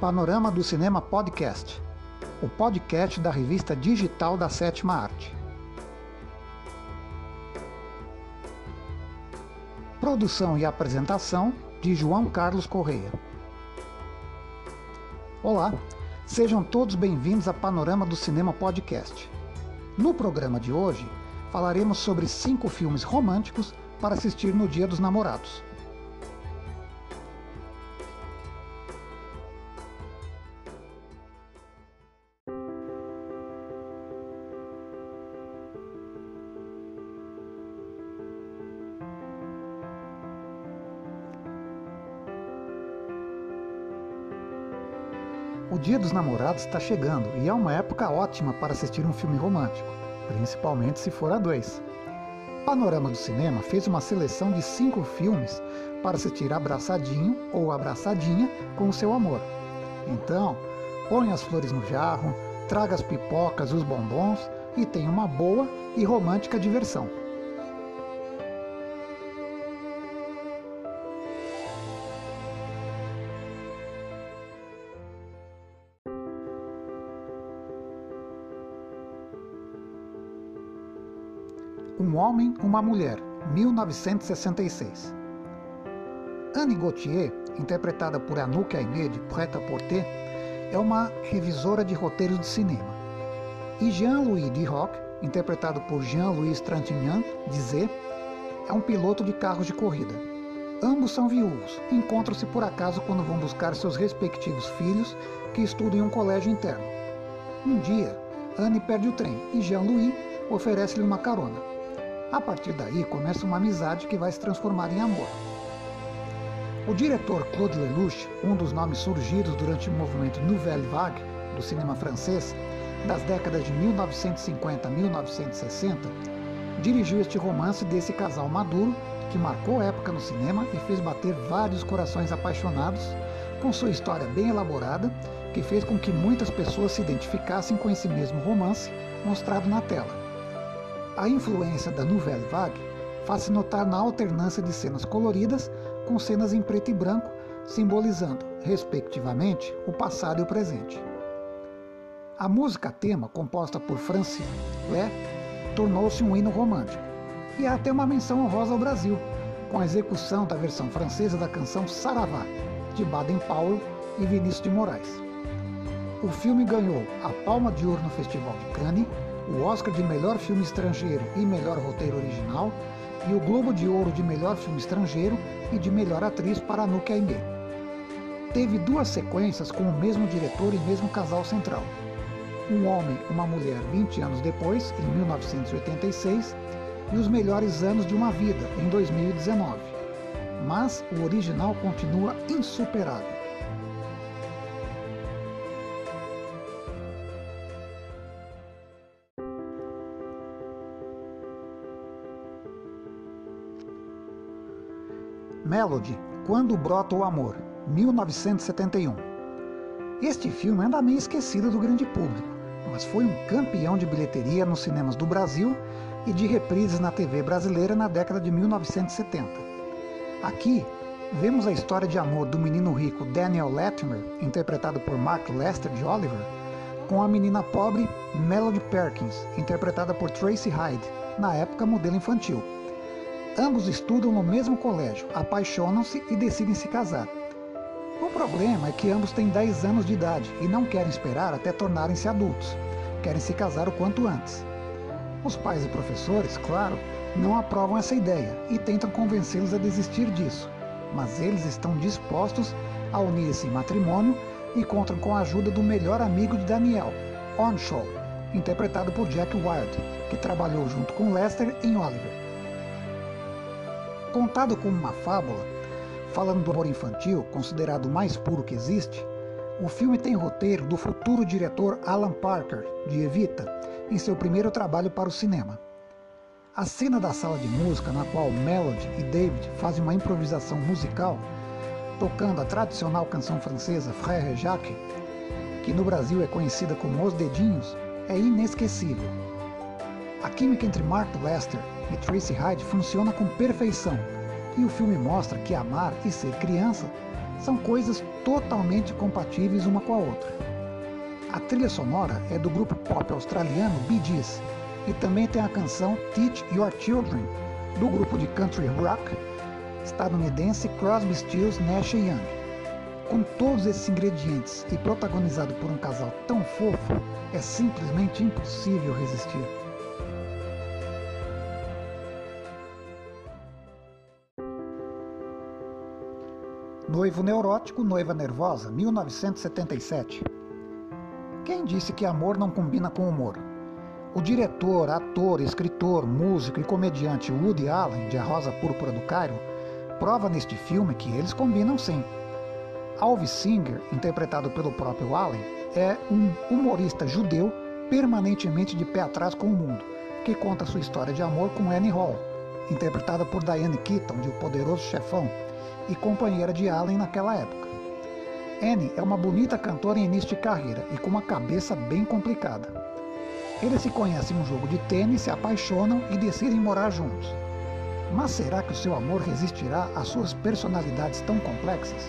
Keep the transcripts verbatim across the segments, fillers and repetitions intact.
Panorama do Cinema Podcast, o podcast da revista digital da Sétima Arte. Produção e apresentação de João Carlos Correia. Olá, sejam todos bem-vindos a Panorama do Cinema Podcast. No programa de hoje, falaremos sobre cinco filmes românticos para assistir no Dia dos Namorados. O Dia dos Namorados está chegando e é uma época ótima para assistir um filme romântico, principalmente se for a dois. Panorama do Cinema fez uma seleção de cinco filmes para assistir abraçadinho ou abraçadinha com o seu amor. Então, põe as flores no jarro, traga as pipocas e os bombons e tenha uma boa e romântica diversão. Um Homem, Uma Mulher, mil novecentos e sessenta e seis. Anne Gauthier, interpretada por Anouk Aimée de Prêt-à-Porter, é uma revisora de roteiros de cinema. E Jean-Louis Duroc, interpretado por Jean-Louis Trintignant, Dizet, é um piloto de carros de corrida. Ambos são viúvos e encontram-se por acaso quando vão buscar seus respectivos filhos que estudam em um colégio interno. Um dia, Anne perde o trem e Jean-Louis oferece-lhe uma carona. A partir daí, começa uma amizade que vai se transformar em amor. O diretor Claude Lelouch, um dos nomes surgidos durante o movimento Nouvelle Vague do cinema francês, das décadas de mil novecentos e cinquenta a mil novecentos e sessenta, dirigiu este romance desse casal maduro que marcou época no cinema e fez bater vários corações apaixonados, com sua história bem elaborada, que fez com que muitas pessoas se identificassem com esse mesmo romance mostrado na tela. A influência da Nouvelle Vague faz-se notar na alternância de cenas coloridas com cenas em preto e branco, simbolizando, respectivamente, o passado e o presente. A música tema, composta por Francis Lé, tornou-se um hino romântico. E há até uma menção honrosa ao Brasil, com a execução da versão francesa da canção Saravá, de Baden-Powell e Vinícius de Moraes. O filme ganhou a Palma de Ouro no Festival de Cannes, o Oscar de Melhor Filme Estrangeiro e Melhor Roteiro Original e o Globo de Ouro de Melhor Filme Estrangeiro e de Melhor Atriz para Anouk Aimée. Teve duas sequências com o mesmo diretor e mesmo casal central. Um Homem, Uma Mulher vinte anos depois, em mil novecentos e oitenta e seis, e Os Melhores Anos de uma Vida, em dois mil e dezenove. Mas o original continua insuperável. Melody, Quando Brota o Amor, mil novecentos e setenta e um. Este filme anda meio esquecido do grande público, mas foi um campeão de bilheteria nos cinemas do Brasil e de reprises na T V brasileira na década de mil novecentos e setenta. Aqui, vemos a história de amor do menino rico Daniel Latimer, interpretado por Mark Lester de Oliver, com a menina pobre Melody Perkins, interpretada por Tracy Hyde, na época modelo infantil. Ambos estudam no mesmo colégio, apaixonam-se e decidem se casar. O problema é que ambos têm dez anos de idade e não querem esperar até tornarem-se adultos. Querem se casar o quanto antes. Os pais e professores, claro, não aprovam essa ideia e tentam convencê-los a desistir disso, mas eles estão dispostos a unir-se em matrimônio e contam com a ajuda do melhor amigo de Daniel, Earnshaw, interpretado por Jack Wilde, que trabalhou junto com Lester em Oliver. Contado como uma fábula, falando do amor infantil, considerado o mais puro que existe, o filme tem roteiro do futuro diretor Alan Parker, de Evita, em seu primeiro trabalho para o cinema. A cena da sala de música, na qual Melody e David fazem uma improvisação musical, tocando a tradicional canção francesa Frère Jacques, que no Brasil é conhecida como Os Dedinhos, é inesquecível. A química entre Mark Lester e Tracy Hyde funciona com perfeição, e o filme mostra que amar e ser criança são coisas totalmente compatíveis uma com a outra. A trilha sonora é do grupo pop australiano Bee Gees e também tem a canção Teach Your Children, do grupo de country rock estadunidense Crosby, Stills, Nash e Young. Com todos esses ingredientes e protagonizado por um casal tão fofo, é simplesmente impossível resistir. Noivo Neurótico, Noiva Nervosa, mil novecentos e setenta e sete. Quem disse que amor não combina com humor? O diretor, ator, escritor, músico e comediante Woody Allen, de A Rosa Púrpura do Cairo, prova neste filme que eles combinam sim. Alvy Singer, interpretado pelo próprio Allen, é um humorista judeu permanentemente de pé atrás com o mundo, que conta sua história de amor com Annie Hall, interpretada por Diane Keaton, de O Poderoso Chefão, e companheira de Allen naquela época. Annie é uma bonita cantora em início de carreira e com uma cabeça bem complicada. Eles se conhecem em um jogo de tênis, se apaixonam e decidem morar juntos. Mas será que o seu amor resistirá às suas personalidades tão complexas?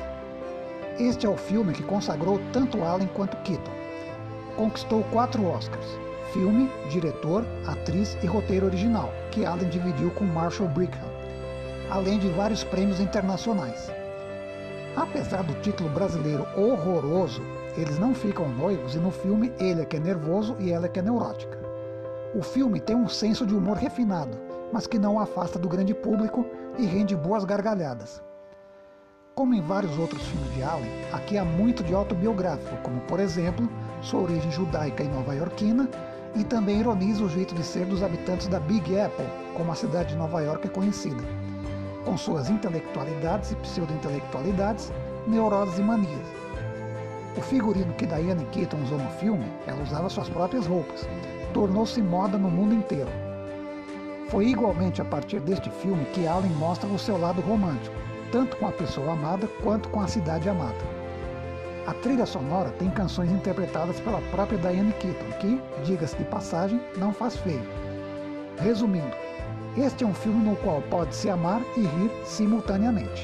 Este é o filme que consagrou tanto Allen quanto Keaton. Conquistou quatro Oscars: filme, diretor, atriz e roteiro original, que Allen dividiu com Marshall Brickham, além de vários prêmios internacionais. Apesar do título brasileiro horroroso, eles não ficam noivos e no filme ele é que é nervoso e ela é que é neurótica. O filme tem um senso de humor refinado, mas que não o afasta do grande público e rende boas gargalhadas. Como em vários outros filmes de Allen, aqui há muito de autobiográfico, como por exemplo, sua origem judaica e nova-iorquina, e também ironiza o jeito de ser dos habitantes da Big Apple, como a cidade de Nova York é conhecida, com suas intelectualidades e pseudo-intelectualidades, neuroses e manias. O figurino que Diane Keaton usou no filme, ela usava suas próprias roupas, tornou-se moda no mundo inteiro. Foi igualmente a partir deste filme que Allen mostra o seu lado romântico, tanto com a pessoa amada quanto com a cidade amada. A trilha sonora tem canções interpretadas pela própria Diane Keaton, que, diga-se de passagem, não faz feio. Resumindo, este é um filme no qual pode-se amar e rir simultaneamente.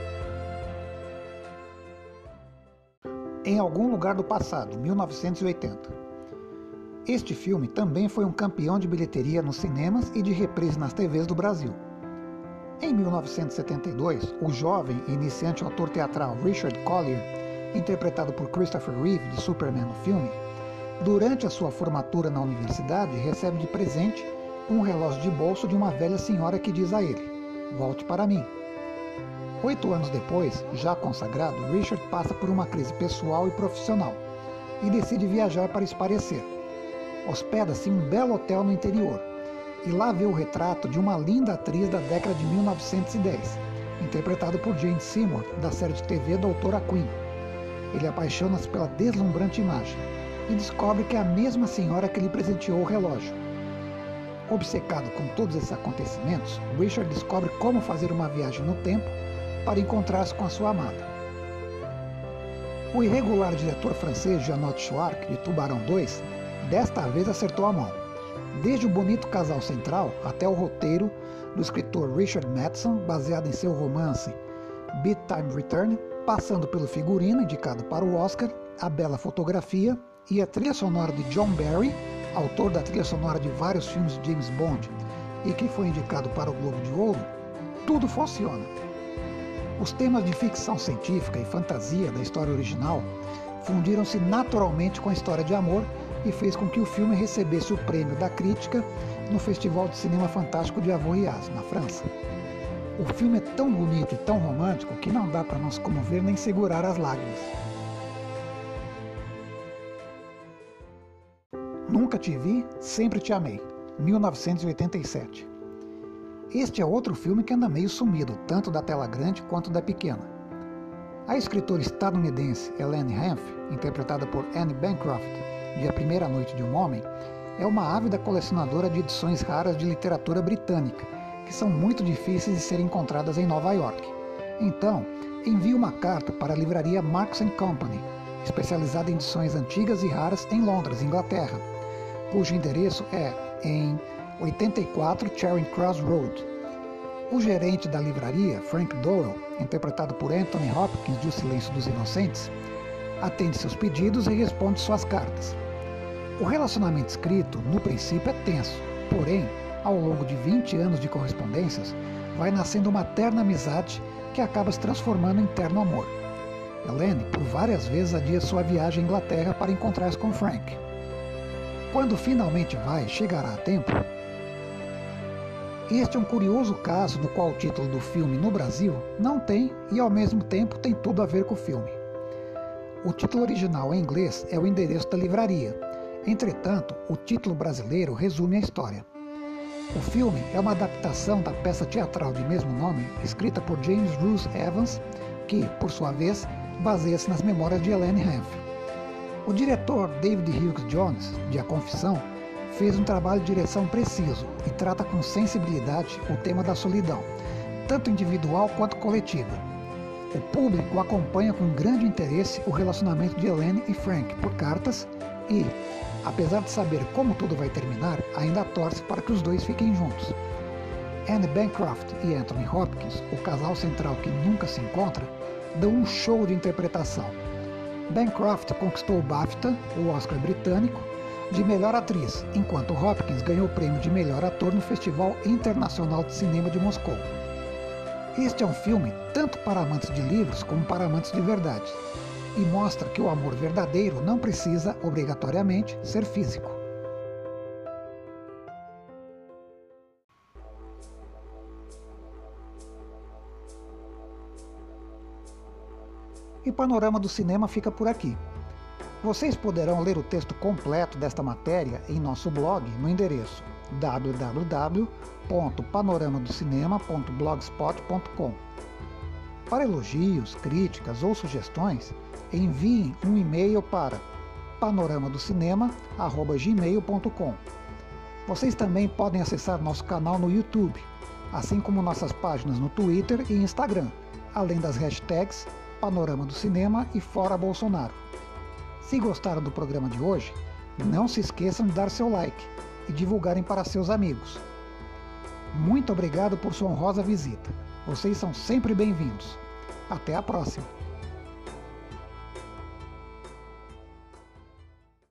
Em Algum Lugar do Passado, mil novecentos e oitenta. Este filme também foi um campeão de bilheteria nos cinemas e de reprise nas T Vs do Brasil. Em mil novecentos e setenta e dois, o jovem e iniciante autor teatral Richard Collier, interpretado por Christopher Reeve de Superman no filme, durante a sua formatura na universidade recebe de presente um relógio de bolso de uma velha senhora que diz a ele: "Volte para mim." Oito anos depois, já consagrado, Richard passa por uma crise pessoal e profissional e decide viajar para espairecer. Hospeda-se em um belo hotel no interior e lá vê o retrato de uma linda atriz da década de mil novecentos e dez, interpretado por Jane Seymour, da série de T V Doutora Queen. Ele apaixona-se pela deslumbrante imagem e descobre que é a mesma senhora que lhe presenteou o relógio. Obcecado com todos esses acontecimentos, Richard descobre como fazer uma viagem no tempo para encontrar-se com a sua amada. O irregular diretor francês Jeannot Schwartz, de Tubarão dois, desta vez acertou a mão. Desde o bonito casal central até o roteiro do escritor Richard Matheson, baseado em seu romance Big Time Return, passando pelo figurino indicado para o Oscar, a bela fotografia e a trilha sonora de John Barry, autor da trilha sonora de vários filmes de James Bond e que foi indicado para o Globo de Ouro, tudo funciona. Os temas de ficção científica e fantasia da história original fundiram-se naturalmente com a história de amor e fez com que o filme recebesse o prêmio da crítica no Festival de Cinema Fantástico de Avoriaz, na França. O filme é tão bonito e tão romântico que não dá para não se comover nem segurar as lágrimas. Nunca Te Vi, Sempre Te Amei, mil novecentos e oitenta e sete. Este é outro filme que anda meio sumido, tanto da tela grande quanto da pequena. A escritora estadunidense Helene Hanff, interpretada por Anne Bancroft, de A Primeira Noite de um Homem, é uma ávida colecionadora de edições raras de literatura britânica, que são muito difíceis de serem encontradas em Nova York. Então, envia uma carta para a livraria Marks and Company, especializada em edições antigas e raras em Londres, Inglaterra, cujo endereço é em oitenta e quatro Charing Cross Road. O gerente da livraria, Frank Dowell, interpretado por Anthony Hopkins de O Silêncio dos Inocentes, atende seus pedidos e responde suas cartas. O relacionamento escrito, no princípio, é tenso, porém, ao longo de vinte anos de correspondências, vai nascendo uma terna amizade que acaba se transformando em terno amor. Helene, por várias vezes, adia sua viagem à Inglaterra para encontrar-se com Frank. Quando finalmente vai, chegará a tempo. Este é um curioso caso no qual o título do filme no Brasil não tem e ao mesmo tempo tem tudo a ver com o filme. O título original em inglês é o endereço da livraria, entretanto, o título brasileiro resume a história. O filme é uma adaptação da peça teatral de mesmo nome, escrita por James Russ Evans, que, por sua vez, baseia-se nas memórias de Helene Hanff. O diretor David Hughes Jones, de A Confissão, fez um trabalho de direção preciso e trata com sensibilidade o tema da solidão, tanto individual quanto coletiva. O público acompanha com grande interesse o relacionamento de Helene e Frank por cartas e, apesar de saber como tudo vai terminar, ainda torce para que os dois fiquem juntos. Anne Bancroft e Anthony Hopkins, o casal central que nunca se encontra, dão um show de interpretação. Bancroft conquistou o BAFTA, o Oscar britânico, de melhor atriz, enquanto Hopkins ganhou o prêmio de melhor ator no Festival Internacional de Cinema de Moscou. Este é um filme tanto para amantes de livros como para amantes de verdade, e mostra que o amor verdadeiro não precisa, obrigatoriamente, ser físico. E Panorama do Cinema fica por aqui. Vocês poderão ler o texto completo desta matéria em nosso blog no endereço w w w ponto panorama do cinema ponto blogspot ponto com. Para elogios, críticas ou sugestões, enviem um e-mail para panoramadocinema arroba gmail ponto com. Vocês também podem acessar nosso canal no YouTube, assim como nossas páginas no Twitter e Instagram, além das hashtags Panorama do Cinema e Fora Bolsonaro. Se gostaram do programa de hoje, não se esqueçam de dar seu like e divulgarem para seus amigos. Muito obrigado por sua honrosa visita. Vocês são sempre bem-vindos. Até a próxima!